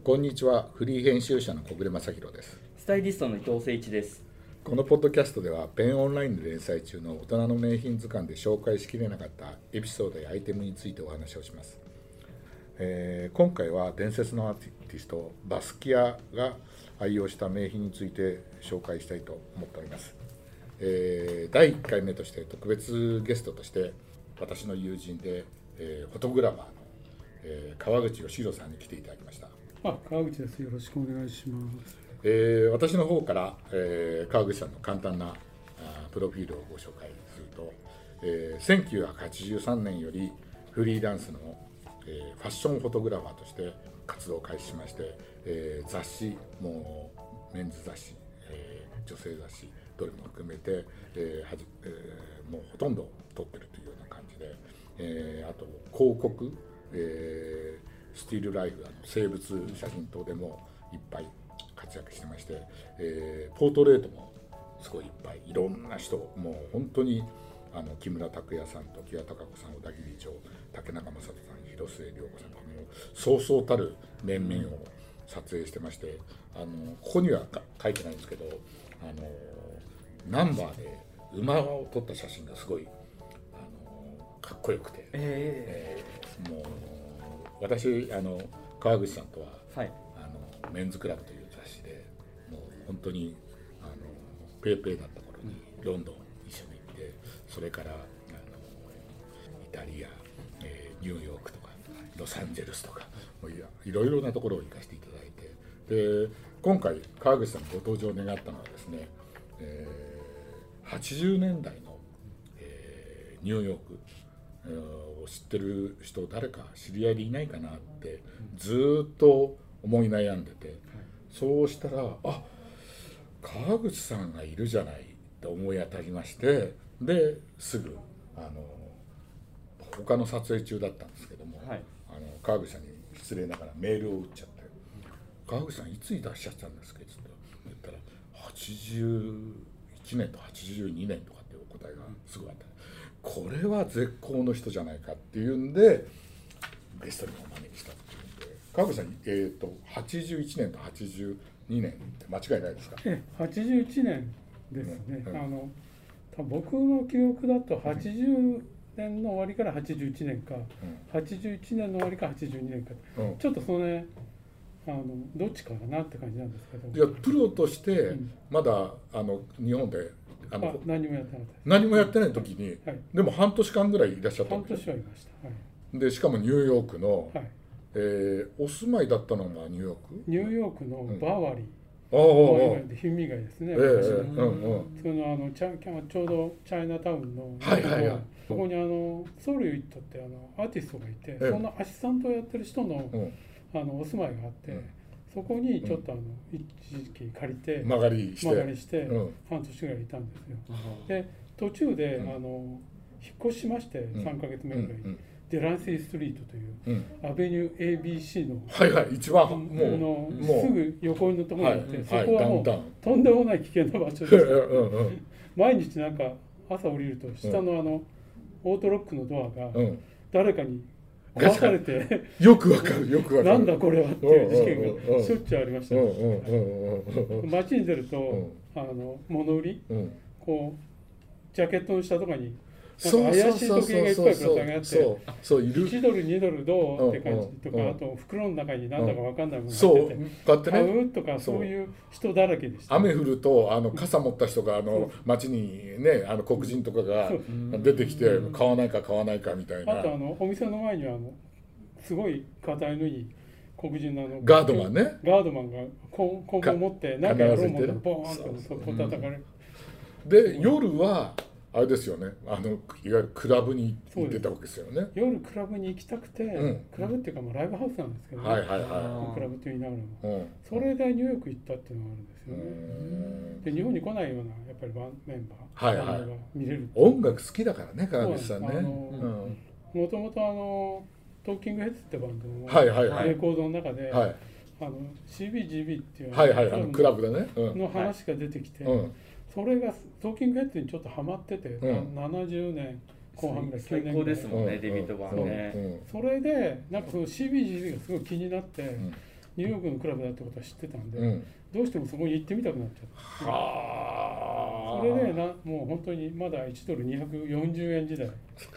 こんにちは。フリー編集者の小暮正弘です。 スタイリストの伊藤誠一です。 このポッドキャストではペンオンラインで連載中の大人の名品図鑑で紹介しきれなかったエピソードやアイテムについてお話をします。今回は伝説のアーティストバスキアが愛用した名品について紹介したいと思っております。第1回目として特別ゲストとして私の友人で、フォトグラファーの、川口義弘さんに来ていただきました。 川口です。よろしくお願いします。 私の方から、川口さんの簡単なプロフィールをご紹介すると、1983年よりフリーランスの、ファッションフォトグラファーとして活動を開始しまして、雑誌もメンズ雑誌、女性雑誌どれも含めて、もうほとんど撮ってるというような感じで、あと広告、スティールライフ、生物写真等でもいっぱい活躍してまして、ポートレートもすごいいっぱいいろんな人、もう本当に木村拓哉さんと木屋貴子さん、小田切城、竹中正人さん、広末涼子さんとかもそうそうたる面々を撮影してまして、ここには書いてないんですけど、ナンバーで馬を撮った写真がすごいかっこよくて、もう私川口さんとは、はい、メンズクラブという雑誌でもう本当にペーペーだった頃にロンドン一緒に行って、それからイタリア、ニューヨークとかロサンゼルスとかもういろいろなところを行かせていただいて、で今回川口さんのご登場を願ったのはですね、80年代の、ニューヨークを知ってる人誰か知り合いでいないかなってずっと思い悩んでて、そうしたら川口さんがいるじゃないと思い当たりまして、ですぐ他の撮影中だったんですけども、はい、川口さんに失礼ながらメールを打っちゃって、川口さんいついらっしゃったんですかって言ったら81年と82年とかっていうお答えがすぐあった。これは絶好の人じゃないかっていうんでゲストにお招きしたっていうんで、川口さん、81年と82年って間違いないですか ？81年ですね、僕の記憶だと80年の終わりから81年か、81年の終わりか82年か、ちょっとそれどっちかなって感じなんですけど、 いやプロとしてまだ日本で何もやってなかった。 何もやってない時に、はい、でも半年間ぐらいいらっしゃったんですよ。 半年はいました、はい、 でしかもニューヨークの、 はい、 お住まいだったのがニューヨークのバーワリー、貧民街ですね、そのちょうどチャイナタウンの、そこにソウルイットってアーティストがいて、そのアシスタントをやってる人の、お住まいがあって、そこにちょっと一時期借りて間借りして半年ぐらいいたんですよ。で途中で引っ越しまして、3ヶ月目ぐらいにデランシーストリートというアベニュー ABC の一番もうすぐ横のところにあって、そこはもうとんでもない危険な場所でした。毎日なんか朝降りると下のオートロックのドアが誰かに壊されてよくわかるなんだこれはっていう事件がしょっちゅうありました。街に出ると物売り、こうジャケットの下とかになんか怪しい時計がいっぱいぶら下げあって、1ドル2ドルどうって感じとか、あと袋の中に何だか分かんないものが入ってて買うとか、そういう人だらけでした。 雨降ると傘持った人が街にね黒人とかが出てきて買わないかみたいな。 あとお店の前にはすごい硬いのに黒人のガードマンがコンを持って何かやろうもんならボーンと叩かれる。 で夜はあれですよね、いわゆるクラブに行ってたわけですよね。 夜クラブに行きたくて、クラブっていうかライブハウスなんですけど、クラブと言いながらも、それでニューヨーク行ったっていうのがあるんですよね。で日本に来ないようなやっぱりメンバーが見れる。 音楽好きだからね、川口さんね。 もともとトーキングヘッズってバンドのレコードの中で、CBGB っていうクラブでねの話が出てきて、それがトーキングヘッズにちょっとハマってて、70年後半ぐらい、 最高ですもんね、デビッド・バーンね。 それでなんかその CBGB がすごい気になって、 ニューヨークのクラブだってことは知ってたんで、 うん、 どうしてもそこに行ってみたくなっちゃった。 はそれでもう本当にまだ1ドル240円時代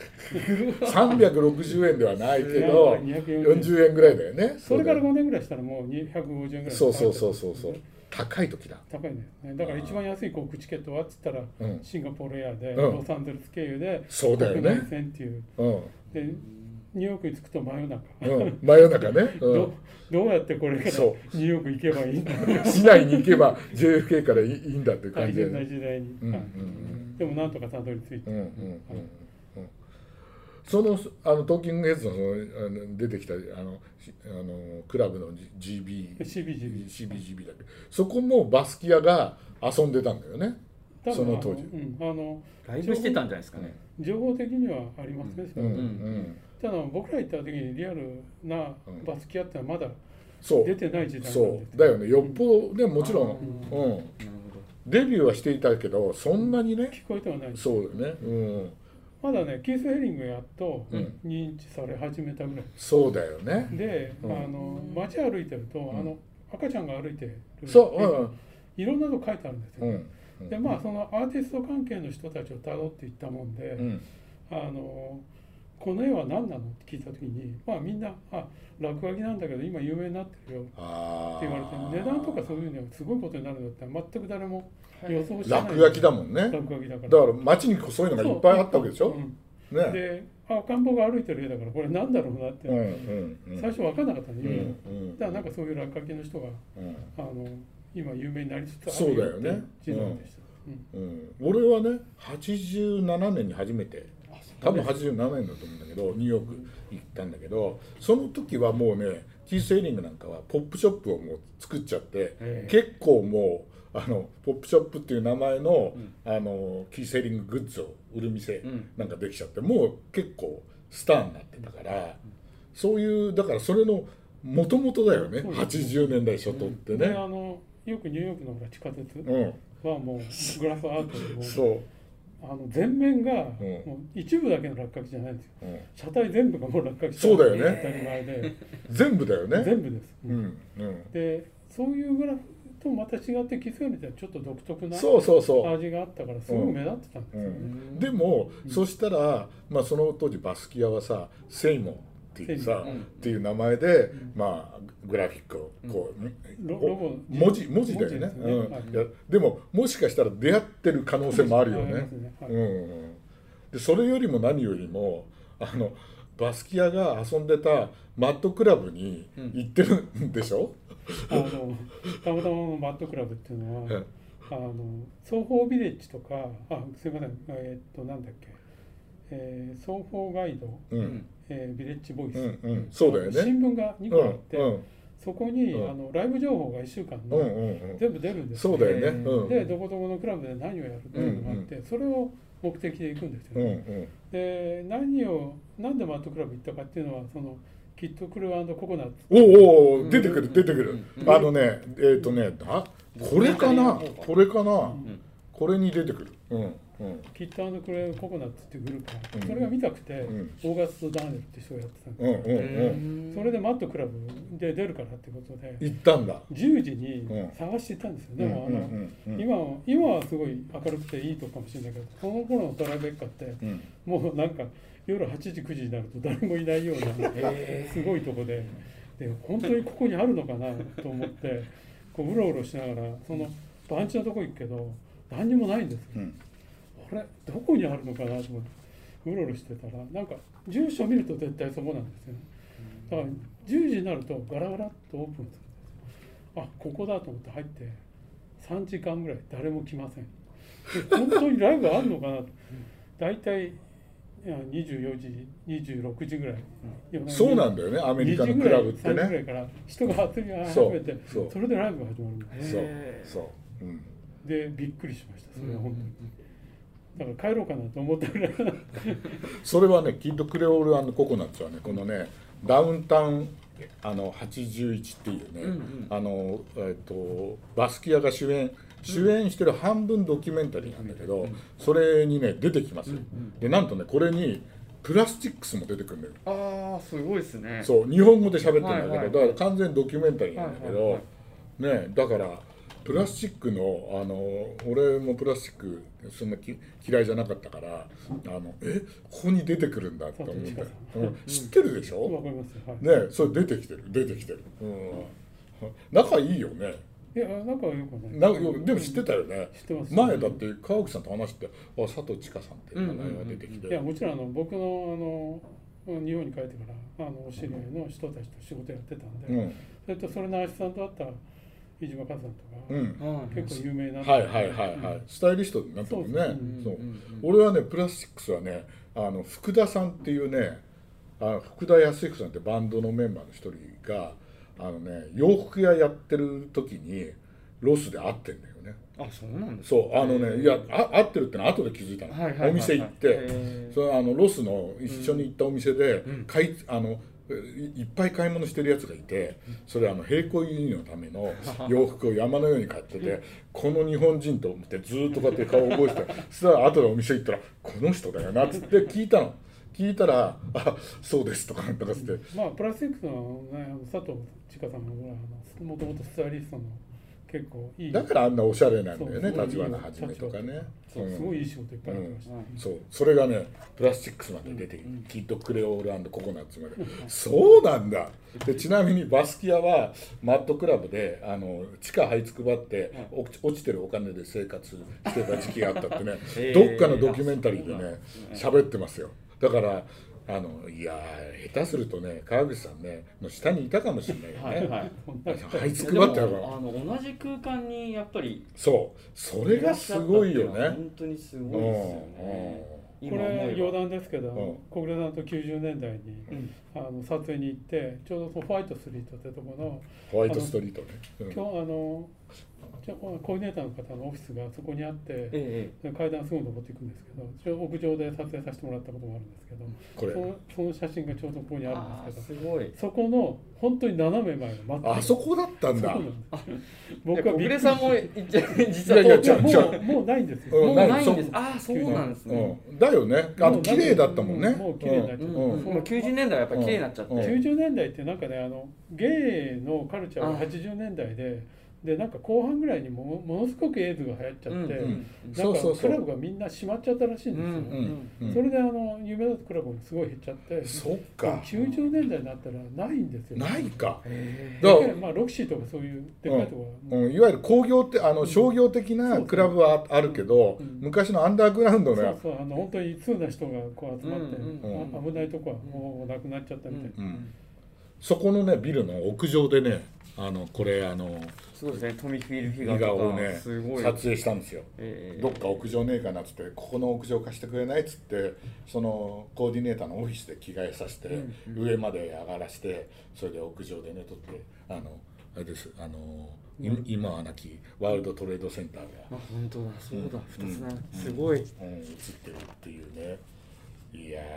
360円ではないけど40円ぐらいだよね。 それから5年ぐらいしたらもう250円ぐらい。 そう高い時だ。 高いね。だから一番安い航空チケットはっつったら、シンガポールエアで、 ロサンゼルス経由でそうだよね。 国内線っていう、でニューヨークに着くと真夜中、 真夜中ね、 どうやってこれからニューヨーク行けばいいんだ市内に行けば JFK からいいんだっていう感じで、 大変な時代に、でもなんとかたどり着いて、 そのトーキングヘッズの出てきたクラブの CBGB だっけ、そこもバスキアが遊んでたんだよね、その当時。 ライブしてたんじゃないですかね。 情報的にはありますね。ただ僕ら行った時にリアルなバスキアってのはまだ出てない時代なんです。 そうだよね。よっぽどね、もちろん、デビューはしていたけどそんなにね聞こえてはない。 そうだよね。 まだね、キース・ヘリングやっと認知され始めたぐらい。 そうだよね。 で、街歩いてると赤ちゃんが歩いてる、いろんなとこ書いてあるんですよ。でまあそのアーティスト関係の人たちをたどっていったもんで、この絵は何なのって聞いた時に、まあみんな落書きなんだけど今有名になってるよって言われて、値段とかそういうのはすごいことになるんだったら全く誰も予想してない。 落書きだもんね。 落書きだから。 だから街にそういうのがいっぱいあったわけでしょ。 で赤ん坊が歩いてる絵だからこれなんだろうなって最初分かんなかったんで、だからなんかそういう落書きの人が今有名になりつつあるよって時代でした。 俺はね87年に初めて、多分87年だと思うんだけどニューヨーク行ったんだけど、その時はもうねキース・ヘリングなんかはポップショップをもう作っちゃって、結構もうポップショップっていう名前の、キース・ヘリンググッズを売る店なんかできちゃって、もう結構スターになってたから、そういうだからそれのもともとだよね、80年代初頭ってね。 よくニューヨークの地下鉄はもうグラフアートでもそう全面がもう一部だけの落書きじゃないんですよ。車体全部がもう落書きそうだよね。 当たり前で全部だよね。 全部です。でそういうグラフとまた違ってキスヘリってちょっと独特な味があったからすごく目立ってたんですよね。 でもそしたらまあその当時バスキアはさセイモンっていうさっていう名前でまあグラフィックをこう文字だよね。でももしかしたら出会ってる可能性もあるよね。でそれよりも何よりもバスキアが遊んでたマッドクラブに行ってるんでしょ。 たまたまのマッドクラブっていうのは双方ビレッジとかすいませんなんだっけ双方ガイド、ビレッジボイス、 そうだよね。 新聞が2個あって、そこにライブ情報が1週間の全部出るんですよ。 そうだよね。 でどこどこのクラブで何をやるっていうのがあって、それを目的で行くんですよね。でなんでマッドクラブ行ったかっていうのはそのキッドクルー&ココナッツ。 おお出てくる。これかなこれに出てくる。 キッド&クルー&ココナッツっていうグループがあって、それが見たくてオーガスト・ダーネルって人がやってたんですよ。それでマッドクラブで出るからってことで行ったんだ。 10時に探していったんですよ。でも今はすごい明るくていいとこかもしれないけど、その頃のトラベッカってもうなんか夜8時9時になると誰もいないようなすごいとこで本当にここにあるのかなと思ってこううろうろしながらそのバンチのとこ行くけど何にもないんですよ。あれどこにあるのかなと思ってうろうろしてたらなんか住所見ると絶対そこなんですよね。だから10時になるとガラガラっとオープンするんですよ。ここだと思って入って3時間ぐらい誰も来ません。本当にライブあるのかなと。だいたい24時26時ぐらい、 そうなんだよね、アメリカのクラブってね。 3時ぐらいから人が集めてそれでライブが始まるんです。でびっくりしました。それは本当にだから帰ろうかなと思ったぐらい。 それはねキッドクレオール&ココナッツはねこのねダウンタウン81っていうねバスキアが主演してる半分ドキュメンタリーなんだけど、それにね出てきます。でなんとねこれにプラスチックスも出てくるんだよ。 ああすごいですね。 そう日本語で喋ってるんだけど、 はいはいはい、 だから完全にドキュメンタリーなんだけど、 はいはいはい、 ね、だからプラスチックの俺もプラスチックそんな嫌いじゃなかったからここに出てくるんだって思った、知ってるでしょ、 わかります、はい、 ね、それ出てきてる、仲いいよね。 いや仲はよくないでも知ってたよね。 知ってます。 前だって川口さんと話して佐藤千佳さんって名前が出てきて、 いやもちろん僕の日本に帰ってからお知り合いの人たちと仕事やってたんで、それとそれのアシスタントだった飯島和さんとか、結構有名な、 スタイリストになったもんね。俺はねプラスチックスはね福田さんっていうね福田康彦さんってバンドのメンバーの一人が洋服屋やってる時にロスで会ってんだよね。 あ、そうなんですか。そういや会ってるってのは後で気づいたの。お店行ってそれロスの一緒に行ったお店でいっぱい買い物してるやつがいて、それ並行輸入のための洋服を山のように買っててこの日本人と思ってずっとこうやって顔を覚えててそしたら後でお店行ったらこの人だよなっつって聞いたら「あそうです」とかなんとかして、 まあプラスチックの、佐藤千佳さんのもともとスタイリストの結構いい、 だからあんなおしゃれなんだよね、立花はじめとかね。 すごいいい仕事いっぱいありました。 それがねプラスチックスまで出てキッドクレオール&ココナッツまでそうなんだ。でちなみにバスキアはマットクラブで地下這いつくばって落ちてるお金で生活してた時期があったってねどっかのドキュメンタリーでね喋ってますよ。だからいや下手するとね川口さんねの下にいたかもしれないよね。這いつくばって同じ空間にやっぱりそれがすごいよね。 本当にすごいですよね。 これ余談ですけど、小暮さんと90年代に撮影に行ってちょうどホワイトストリートってところのホワイトストリートね。 今日コーディネーターの方のオフィスがそこにあって、階段すぐ登っていくんですけど、屋上で撮影させてもらったこともあるんですけど、その写真がちょうどここにあるんですけど、 すごいそこの本当に斜め前のあそこだったんだ。 僕は小暮さんも実はもうないんですよ。 もうないんです。あ、そうなんですね。 だよね。綺麗だったもんね。 もう綺麗になっちゃった。 90年代はやっぱり綺麗になっちゃって。 90年代ってなんかねゲイのカルチャーが80年代でなんか後半ぐらいにものすごくエイズが流行っちゃって、なんかクラブがみんな閉まっちゃったらしいんですよ。それで有名だったクラブがすごい減っちゃって、 そっか。 90年代になったらないんですよ。 ないか。 だからまあロキシーとかそういうでかいところいわゆる工業って商業的なクラブはあるけど、昔のアンダーグラウンドの本当に通な人がこう集まって危ないとこはもうなくなっちゃったみたいな。 そこのねビルの屋上でねこれそうですね、トミー・フィルフィガーをね撮影したんですよ。どっか屋上ねえかなっつってここの屋上貸してくれないっつってそのコーディネーターのオフィスで着替えさせて上まで上がらしてそれで屋上でね撮ってあれです今はなきワールドトレードセンターが本当だそうだ2つなすごい映ってるっていうね。いや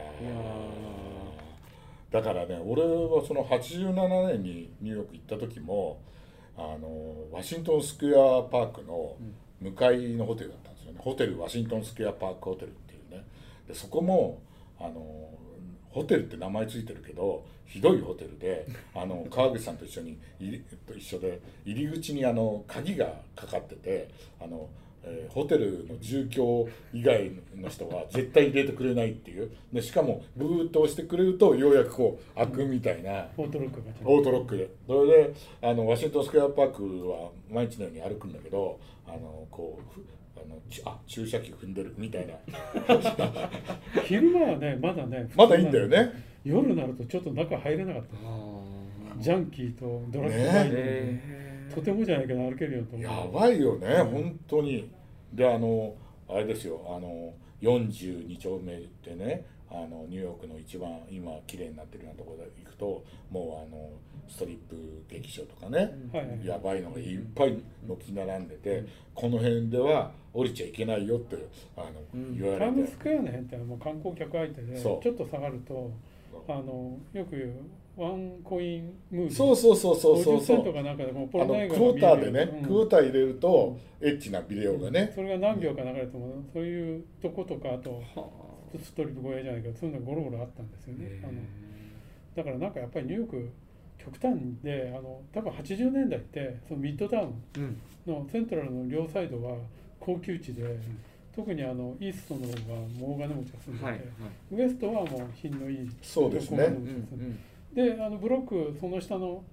だからね俺はその87年にニューヨーク行った時もワシントンスクエアパークの向かいのホテルだったんですよね。ホテルワシントンスクエアパークホテルっていうね。でそこもホテルって名前ついてるけどひどいホテルで川口さんと一緒で入り口に鍵がかかっててホテルの住居以外の人は絶対入れてくれないっていうでしかもブーッと押してくれるとようやくこう開くみたいな、 オートロックがオートロックでそれでワシントンスクエアパークは毎日のように歩くんだけどこう注射器踏んでるみたいな昼間はねまだいいんだよね。 夜になるとちょっと中入れなかったジャンキーとドラッグバイとてもじゃないけど歩けるようと思う。 やばいよね、本当に。であれですよ42丁目でねニューヨークの一番今綺麗になってるようなところで行くともうストリップ劇場とかね、やばいのがいっぱい軒並んでて、この辺では降りちゃいけないよって言われて、 タイムスクエアの辺ってもう観光客相手でちょっと下がるとよく言うワンコインムービーそう 50セントかなんかでもクォーターでね、クォーター入れるとエッチなビデオがね、 それが何秒か流れてもそういうとことかあとストリップ小屋じゃないけどそういうのがゴロゴロあったんですよね。だからなんかやっぱりニューヨーク極端で多分80年代ってそのミッドタウンのセントラルの両サイドは高級地で、特にイーストの方がもう大金持ちが住んでて、ウエストはもう品のいいそうですね。 でブロックその下の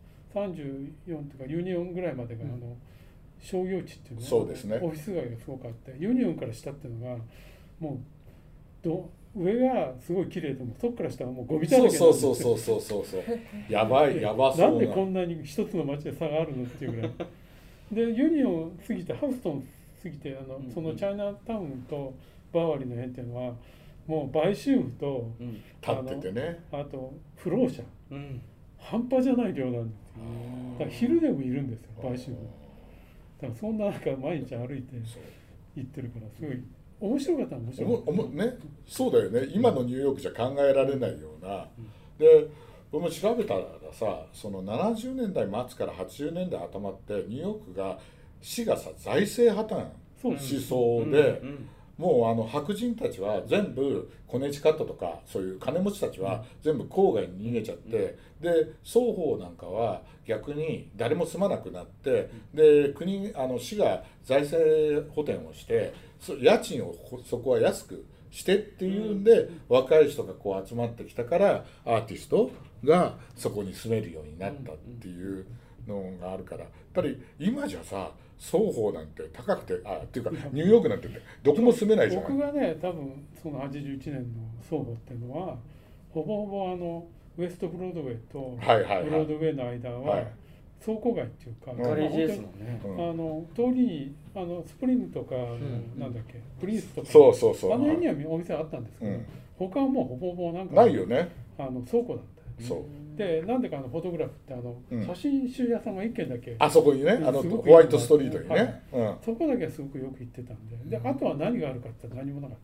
34とかユニオンぐらいまでが商業地っていうの、 そうですね、 オフィス街がすごくあって、ユニオンから下っていうのがもう上がすごい綺麗でもそこから下はもうゴミだらけなんですよ。 そうやばそうなんでこんなに一つの町で差があるのっていうぐらいでユニオン過ぎてハウストン過ぎてそのチャイナタウンとバーワリーの辺っていうのはもう売春婦と、 立っててね、 あと不老者、半端じゃない量なんですよ。だから昼でもいるんですよ売春婦。だからそんな中毎日歩いて行ってるからすごい面白かった。面白かったね。そうだよね。今のニューヨークじゃ考えられないような。で僕も調べたらさ、その70年代末から80年代頭ってニューヨークが市がさ財政破綻しそうで、もう白人たちは全部コネチカットとかそういう金持ちたちは全部郊外に逃げちゃって、で双方なんかは逆に誰も住まなくなって、で市が財政補填をして家賃をそこは安くしてっていうんで、若い人がこう集まってきたからアーティストがそこに住めるようになったっていうのがあるから、やっぱり今じゃさ双方なんて高くてっていうかニューヨークなんてどこも住めないじゃない。 僕がね多分その81年の双方っていうのはほぼほぼウエストブロードウェイとブロードウェイの間は倉庫街っていうか、 ガレージですもんね。 通りにスプリングとかなんだっけプリンスとかそうあの辺にはお店あったんですけど、他はもうほぼほぼなんかないよね。 倉庫だったよね。でなんでかフォトグラフって写真集屋さんが1軒だけあそこにねホワイトストリートにね、 そこだけはすごくよく行ってたんで、あとは何があるかって何もなかった。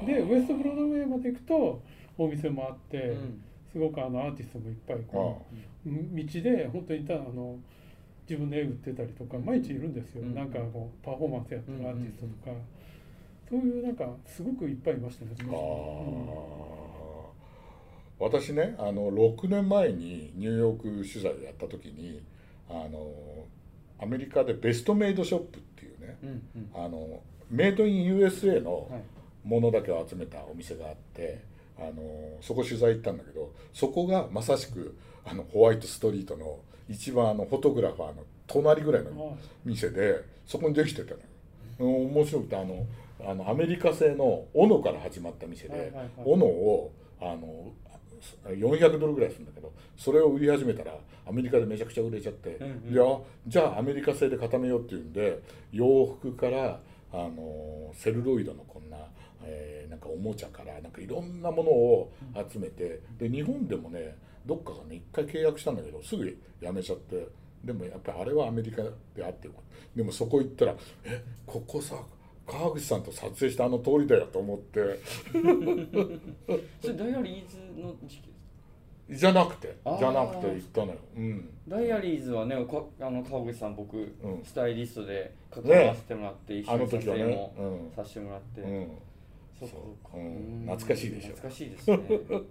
でウエストブロードウェイまで行くとお店もあって、すごくアーティストもいっぱいこう道で本当に自分で絵売ってたりとか毎日いるんですよ。なんかこうパフォーマンスやってるアーティストとか、そういうなんかすごくいっぱいいましたね。 私ね6年前にニューヨーク取材をやった時にアメリカでベストメイドショップっていうね、メイドイン USA のものだけを集めたお店があって、そこ取材行ったんだけど、そこがまさしくホワイトストリートの一番フォトグラファーの隣ぐらいの店で、そこにできてたの。面白くてアメリカ製のオから始まった店で、オを$400ぐらいするんだけど、それを売り始めたらアメリカでめちゃくちゃ売れちゃって、じゃあアメリカ製で固めようっていうんで、洋服からセルロイドのこんな、なんかおもちゃからなんかいろんなものを集めて、で日本でもねどっかがね一回契約したんだけどすぐやめちゃって、でもやっぱりあれはアメリカであってよかった。でもそこ行ったらここさ川口さんと撮影した通りだよと思ってそれダイアリーズの時期じゃなくて行ったのよ。 ダイアリーズはね川口さん僕、スタイリストで関わらせてもらって、一緒に撮影もさせてもらって、 懐かしいでしょ。 懐かしいですね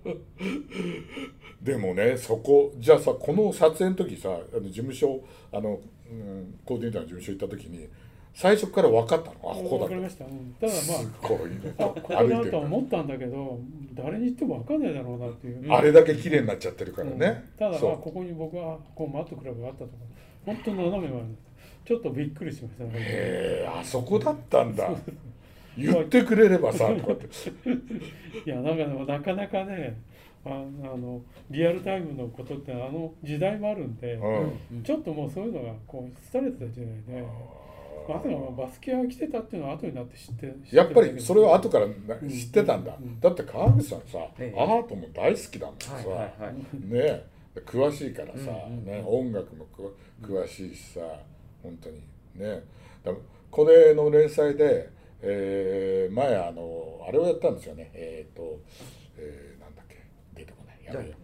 でもねそこじゃあさ、この撮影の時さ事務所コーディネーターの事務所行った時に最初から分かったの。ここだ分かりました。ただすごいね。 ここだと思ったんだけど、誰に言っても分かんないだろうなっていう。 あれだけ綺麗になっちゃってるからね。 ただここに僕はマットクラブがあったとか、本当に斜め前にちょっとびっくりしましたね。 あそこだったんだ。言ってくれればさ、こうやって。 いやなかなかね。リアルタイムのことって時代もあるんで、ちょっともうそういうのがこう廃れてた時代で。まさかバスケが来てたっていうのは後になって知ってやっぱりそれは後から知ってたんだ。だって川口さんさ、アートも大好きだもんさ、ね詳しいからさ、音楽も詳しいしさ、本当にね。これの連載で、前あれをやったんですよね。なんだっけ出てこない。やめよ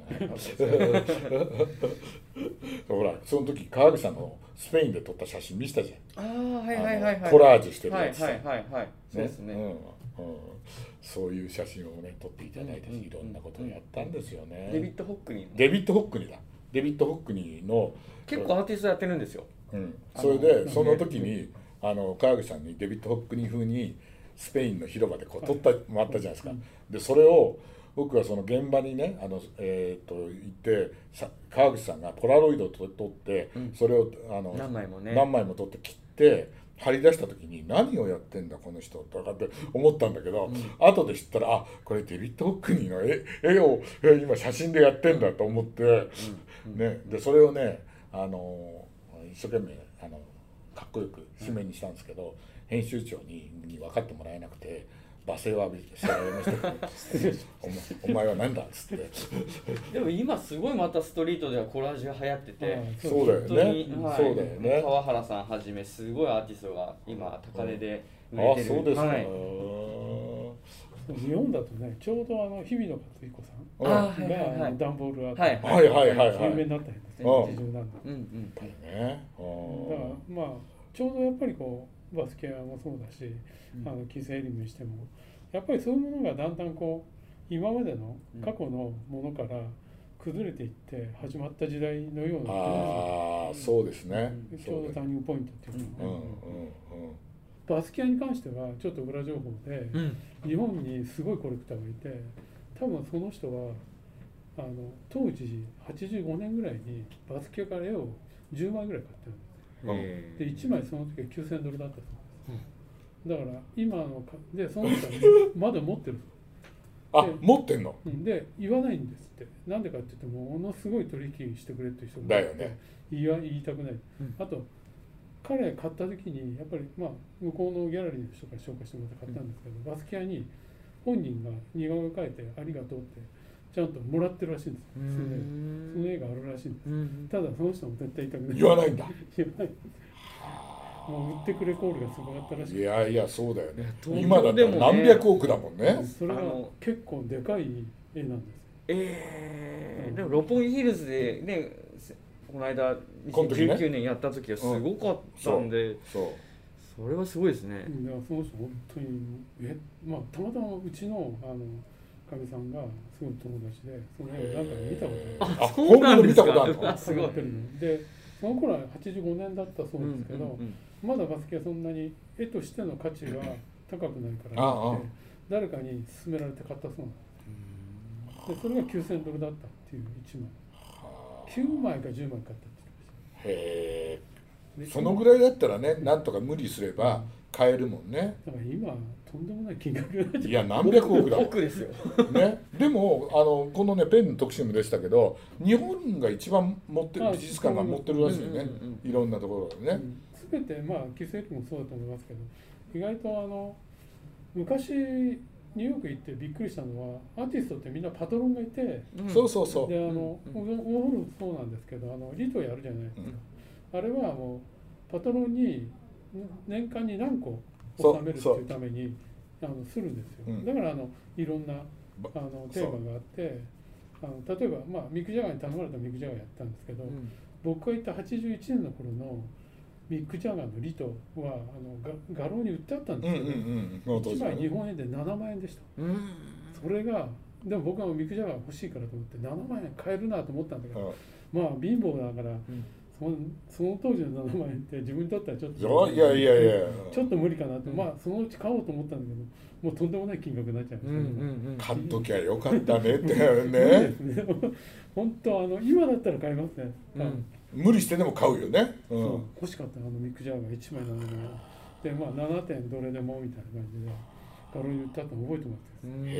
ほらその時川口さんのスペインで撮った写真見せたじゃん。 はいコラージュしてるやつさ。 そうですね。 そういう写真をね撮っていただいて、いろんなことをやったんですよね。 デビッド・ホックニーデビッド・ホックニーだ。デビッド・ホックニーの結構アーティストやってるんですよ。 それでその時に川口さんにデビッド・ホックニー風にスペインの広場でこう撮ってもらったじゃないですか。でそれを僕はその現場にね行って川口さんがポラロイドを撮って、それを何枚も撮って切って貼り出した時に何をやってんだこの人とかって思ったんだけど、後で知ったらこれデビッド・ホックニーの絵を今写真でやってんだと思って、ね、でそれをね一生懸命かっこよく紙面にしたんですけど、編集長に分かってもらえなくて罵声を浴びてお前は何だっつってでも今すごいまたストリートではコラージュが流行ってて、 そうだよね、そうだよね。 川原さんはじめすごいアーティストが今高値で売れてる。 そうですか。 日本だとね、ちょうど日比野勝彦さんが段ボールアート有名になったんですね、80何年。だからまあちょうどやっぱりこうバスケアもそうだし、キース・ヘリングにしてもやっぱりそういうものがだんだんこう今までの過去のものから崩れていって始まった時代のような気がする。そうですね。 ちょうどターニングポイントっていうか、バスケアに関してはちょっと裏情報で、日本にすごいコレクターがいて、多分その人は当時85年ぐらいにバスケアから絵を10枚ぐらい買ってるんです。で1枚その時は$9000だったそうです。だから今でその人はまだ持ってる。 持ってんの？ で言わないんですって。なんでかって言ってものすごい取引してくれっていう人がいて、言いたくない。あと彼買った時にやっぱり向こうのギャラリーの人から紹介してもらって買ったんですけど、バスケアに本人が似顔絵描いてありがとうってちゃんともらってるらしいんですよ。その絵があるらしいんです。ただその人も絶対言いたくない。 言わないんだ。 言わない。もう売ってくれコールがすごかったらしい。 いやいやそうだよね。今だって何百億だもんね。 それは結構でかい絵なんです。 でも六本木ヒルズでね、この間2019年やった時はすごかったんで、それはすごいですね。 いやその人本当にたまたまうちのかみさんがすごい友達で、その絵を何回も見たことある。 そうなんですか。 すごい。でその頃は85年だったそうですけど、まだバスケはそんなに絵としての価値が高くないからって誰かに勧められて買ったそうなんです。でそれが$9000だったっていう1枚9枚か10枚買ったって言ってました。 へえ。そのぐらいだったらね、なんとか無理すれば買えるもんね。 だから今とんでもない金額になっちゃう。 いや何百億だもん。 億ですよ。 ね。でもこのねペンの特集もでしたけど、日本が一番持ってる美術館が持ってるらしいね。いろんなところでね。 全てキスエリもそうだと思いますけど、意外と昔ニューヨーク行ってびっくりしたのは、アーティストってみんなパトロンがいて、でそうウォーホルもそうなんですけど、リトやるじゃないですか。あれはもうパトロンに年間に何個収めるっていうためにするんですよ。だからいろんなテーマがあって、例えばミック・ジャガーに頼まれたミック・ジャガーやったんですけど、僕が行った81年の頃のミック・ジャガーのリトは画廊に売ってあったんですけど、1枚日本円で7万円でした。それがでも僕はミック・ジャガー欲しいからと思って7万円買えるなと思ったんだけど、貧乏だからその当時の7万円って自分にとってはちょっとちょっと無理かなって、そのうち買おうと思ったんだけど、もうとんでもない金額になっちゃいました。 買っときゃよかったねってね。 本当今だったら買いますね。 無理してでも買うよね。 欲しかったミック・ジャガーが1枚7万円で7点どれでもみたいな感じで画廊に売ったって覚えてます。 へ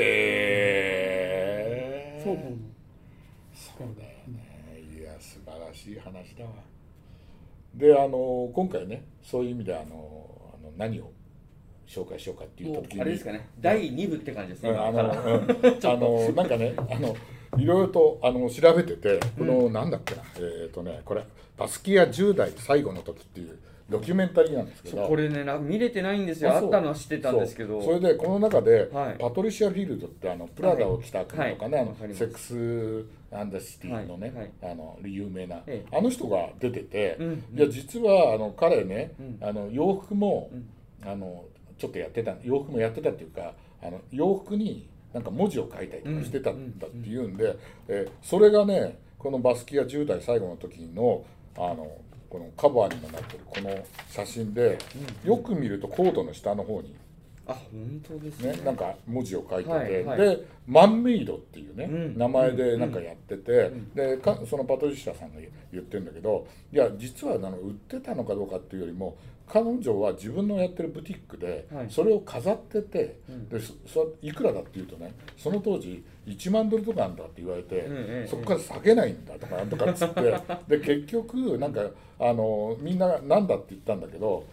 え。 そうだよね。いや素晴らしい話だわ。で今回ねそういう意味で何を紹介しようかっていう時にあれですかね、第2部って感じですね。 なんかねいろいろと調べてて、このなんだっけなこれバスキア10代最後の時っていうドキュメンタリーなんですけど、 これね見れてないんですよ。あったのは知ってたんですけど、 それでこの中でパトリシア・フィールドってプラダを着た子とかね、セックス・アンダーシティのね有名なあの人が出てて、いや実は彼ね洋服もちょっとやってた、洋服もやってたっていうか、洋服になんか文字を書いたりとかしてたんだっていうんで、それがねこのバスキア10代最後の時のこのカバーにもなってるこの写真で、よく見るとコートの下の方に本当ですね、 なんか文字を書いてて、でマンメイドっていうね、名前でなんかやってて、でそのパトリシアさんが言ってるんだけど、いや実は売ってたのかどうかっていうよりも、彼女は自分のやってるブティックでそれを飾ってて、でいくらだっていうとね、その当時1万ドルとかなんだって言われて、そこから下げないんだとかなんとかっつってで結局なんかみんななんだって言ったんだけど、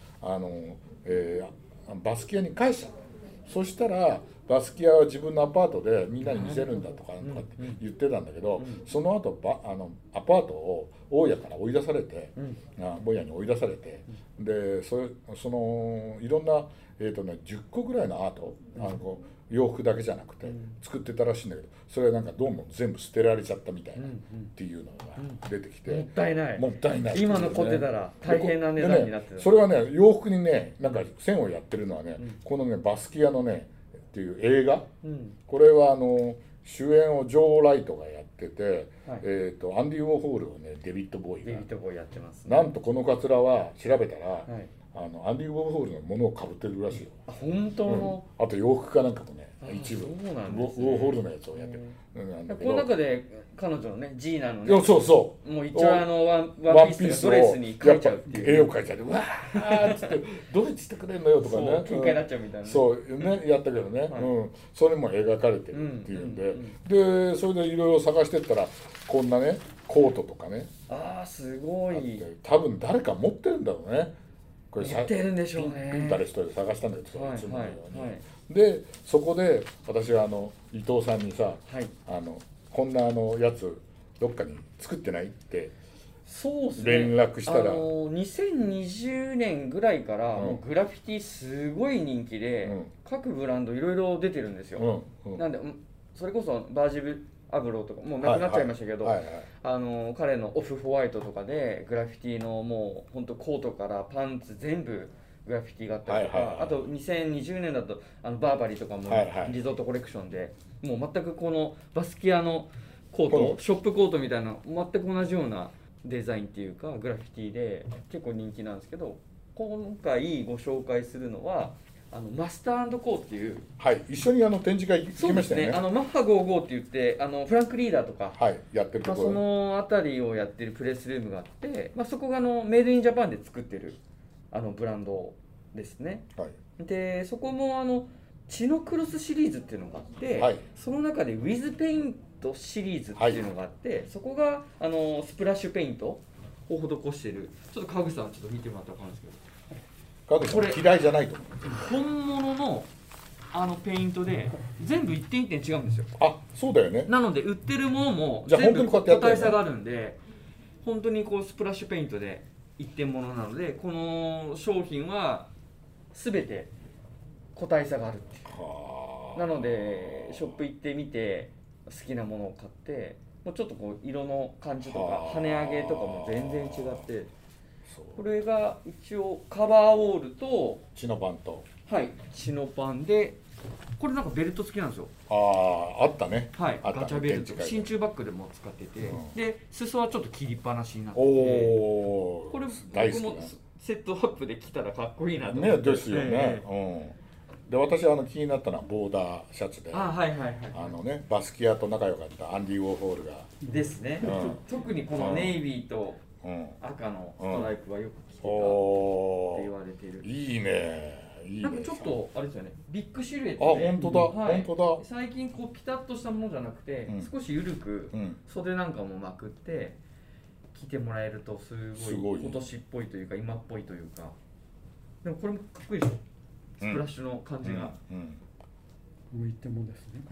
バスキアに返した。そしたらバスキアは自分のアパートでみんなに見せるんだとかなんとかって言ってたんだけど、その後アパートを大家から追い出されて、大家に追い出されて、でそのいろんな10個ぐらいのアート、洋服だけじゃなくて作ってたらしいんだけど、それはなんかどうも全部捨てられちゃったみたいなっていうのが出てきて、 もったいない、 もったいない、 今残ってたら大変な値段になってた。 それはね洋服にねなんか線をやってるのはね、このねバスキアのねっていう映画、これは主演をジョー・ライトがやってて、アンディ・ウォーホールをねデビッド・ボーイがやってます、 なんとこのカツラは調べたら、アンディ・ウォーホールのものをかぶってるらしいよ。 本当の、 あと洋服かなんかもね一部ウォーホールのやつをやってる。 この中で彼女のねジーナのね、そうもう一応ワンピースのドレスに描いちゃうっていう、 絵を描いちゃう、うわーっつってどれしてくれんのよとかね、 喧嘩になっちゃうみたいな、 そうねやったけどね、それも描かれてるっていうんで、でそれでいろいろ探してったらこんなねコートとかね、 すごい、 多分誰か持ってるんだろうね。これ持ってるんでしょうね。 ピンタレストで探したんだけど、いつものように。でそこで私は伊藤さんにさ、こんなやつどっかに作ってないって連絡したら、 2020年ぐらいからもうグラフィティすごい人気で、各ブランドいろいろ出てるんですよ。なんでそれこそバージル・アブローとかもうなくなっちゃいましたけど、彼のオフ・ホワイトとかでグラフィティのもう本当コートからパンツ全部グラフィティがあったりとか、あと2020年だとバーバリーとかもリゾートコレクションで、もう全くこのバスキアのコート、ショップコートみたいな全く同じようなデザインっていうかグラフィティで結構人気なんですけど、今回ご紹介するのはマスター&コーっていう、 一緒に展示会行きましたよね。 マッハ55って言ってフランクリーダーとか、 やってるところ、 その辺りをやってるプレスルームがあって、そこがメイドインジャパンで作ってるブランドですね。でそこもチノクロスシリーズっていうのがあって、その中でウィズペイントシリーズっていうのがあって、そこがスプラッシュペイントを施している。ちょっと川口さんちょっと見てもらったら分かるんですけど、 これ嫌いじゃないと思う。 本物のペイントで全部一点一点違うんですよ。 そうだよね。 なので売ってるものも全部個体差があるんで、本当にスプラッシュペイントで一点物なので、この商品は全て個体差があるっていう。なのでショップ行ってみて好きなものを買って、もうちょっと色の感じとか跳ね上げとかも全然違って、これが一応カバーウォールとチノパンと、 チノパンで、これなんかベルト付きなんですよ。 あったね。 ガチャベルト、真鍮バッグでも使ってて、で裾はちょっと切りっぱなしになってて、これ僕もセットアップで着たらかっこいいなと思って。 ですよね。で私気になったのはボーダーシャツで、バスキアと仲良かったアンディ・ウォーホールがですね。特にこのネイビーと赤のストライプはよく着てたって言われている。 いいね。 なんかちょっとあれですよね、ビッグシルエットで、 本当だ、本当だ。 最近ピタッとしたものじゃなくて、少し緩く袖なんかもまくって着てもらえるとすごい今年っぽいというか今っぽいというか、でもこれもかっこいいでしょ、スプラッシュの感じが。 向いてもですね。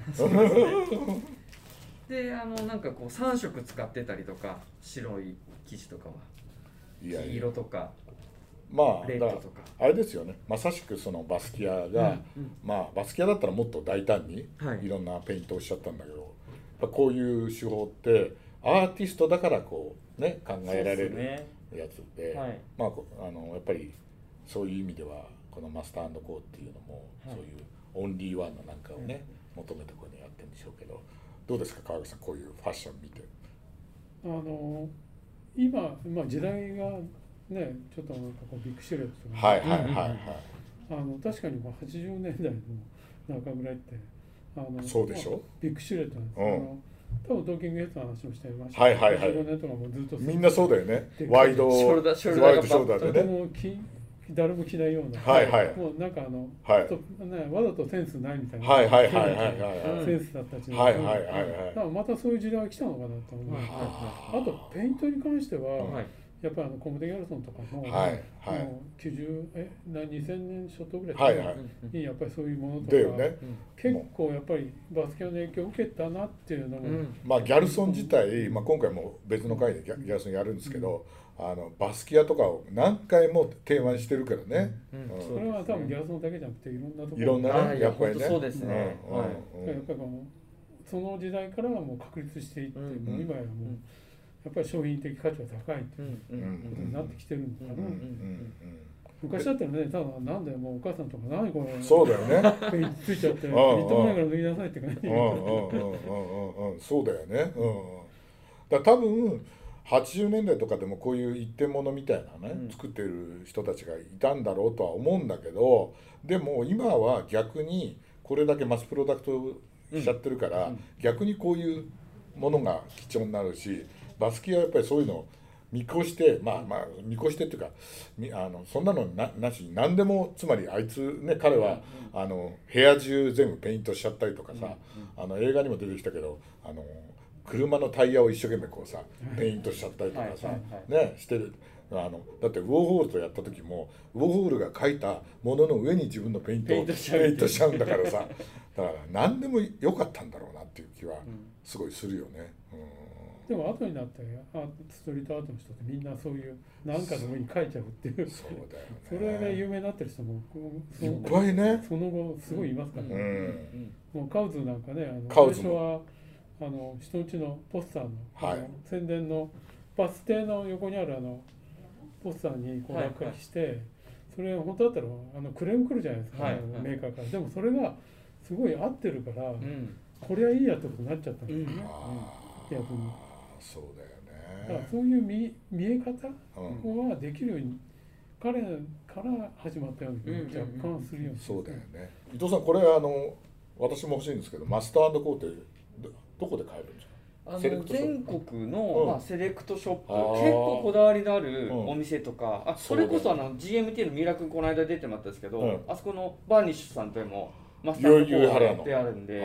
でなんか3色使ってたりとか、白い生地とかは黄色とかレッドとか、 あれですよね、まさしくそのバスキアが、バスキアだったらもっと大胆にいろんなペイントをしちゃったんだけど、こういう手法ってアーティストだから考えられるやつで、やっぱりそういう意味ではこのマスター&コーっていうのも、そういうオンリーワンのなんかをね、求めてこういうのやってるんでしょうけど、どうですか川口さん、こういうファッション見て。 今、時代がねちょっとなんかこうビッグシルエットとか、確かに80年代の中ぐらいってそうでしょ、 ビッグシルエットなんですけど、多分トーキングヘッドの話もしてました。 85 年とかもずっとみんなそうだよね。ワイドショルダーでね。誰も着ないような、もうなんかわざとセンスないみたいなセンスだったちの、またそういう時代が来たのかなと思う。あとペイントに関しては、やっぱりコムデ・ギャルソンとかも2000年初頭ぐらいにやっぱりそういうものとか、結構やっぱりバスケの影響を受けたなっていうのも、 ギャルソン自体、今回も別の回でギャルソンやるんですけど、バスキアとかを何回も提案してるからね。 それは多分ギャルソンだけじゃなくていろんなところ、 いろんなね、やっぱりね。 そうですね。 やっぱりその時代からはもう確立していって、もう今やもうやっぱり商品的価値は高いということになってきてるのかな。昔だったらね、ただなんだよもうお母さんとか何これ、 そうだよね。 ペイントついちゃって、みっともないから脱ぎなさいって感じ。 そうだよね。だ多分80年代とかでもこういう一点物みたいなね、作ってる人たちがいたんだろうとは思うんだけど、でも今は逆にこれだけマスプロダクトしちゃってるから、逆にこういうものが貴重になるし、バスキはやっぱりそういうのを見越して、見越してっていうか、そんなのなしに何でも、つまりあいつね、彼は部屋中全部ペイントしちゃったりとかさ、映画にも出てきたけど車のタイヤを一生懸命こうさペイントしちゃったりとかさねしてる。だってウォーホールとやった時もウォーホールが描いたものの上に自分のペイントをしちゃうんだからさ、だから何でも良かったんだろうなっていう気はすごいするよね。 でも後になってストリートアートの人ってみんなそういう何かの上に描いちゃうっていう、そうだよね、それが有名になってる人もいっぱいね、 その後すごいいますからね。もうカウズなんかね、最初は人んちのポスターの、宣伝のバス停の横にあるポスターにこう落書きして、それ本当だったらクレーム来るじゃないですか、メーカーから。でもそれがすごい合ってるから、これはいいやってことになっちゃったんですよね、逆に。 そうだよね。 だからそういう見え方はできるように、彼から始まったような気が若干するように。 そうだよね。伊藤さん、これ私も欲しいんですけど、マスター&コーってどこで買えるんですか？ 全国の、セレクトショップ、結構こだわりのあるお店とか、それこそGMT の三浦君この間出てもらったんですけど、あそこのバーニッシュさんともマスター&コーってあるんで、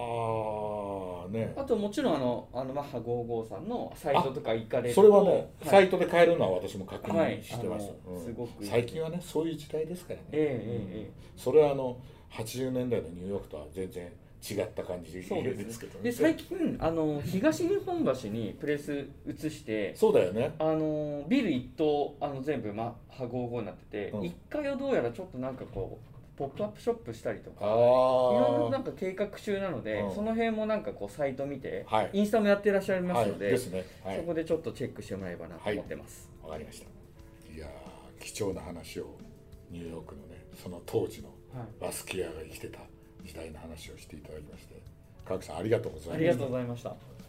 あともちろんマッハ55さんのサイトとか行かれると、 それはね、サイトで買えるのは私も確認してます。すごく最近はね、そういう時代ですからね。それは80年代のニューヨークとは全然違った感じですけどね。 で最近東日本橋にプレス移して、 そうだよね。 ビル一棟全部マッハ55になってて、1階をどうやらちょっとなんかこうポップアップショップしたりとか、いろいろなんか計画中なので、その辺もなんかこうサイト見て、インスタもやってらっしゃいますので、そこでちょっとチェックしてもらえばなと思ってます。 わかりました。いや貴重な話をニューヨークのね、その当時のバスキアが生きてた時代の話をしていただきまして、川口さんありがとうございました。 ありがとうございました。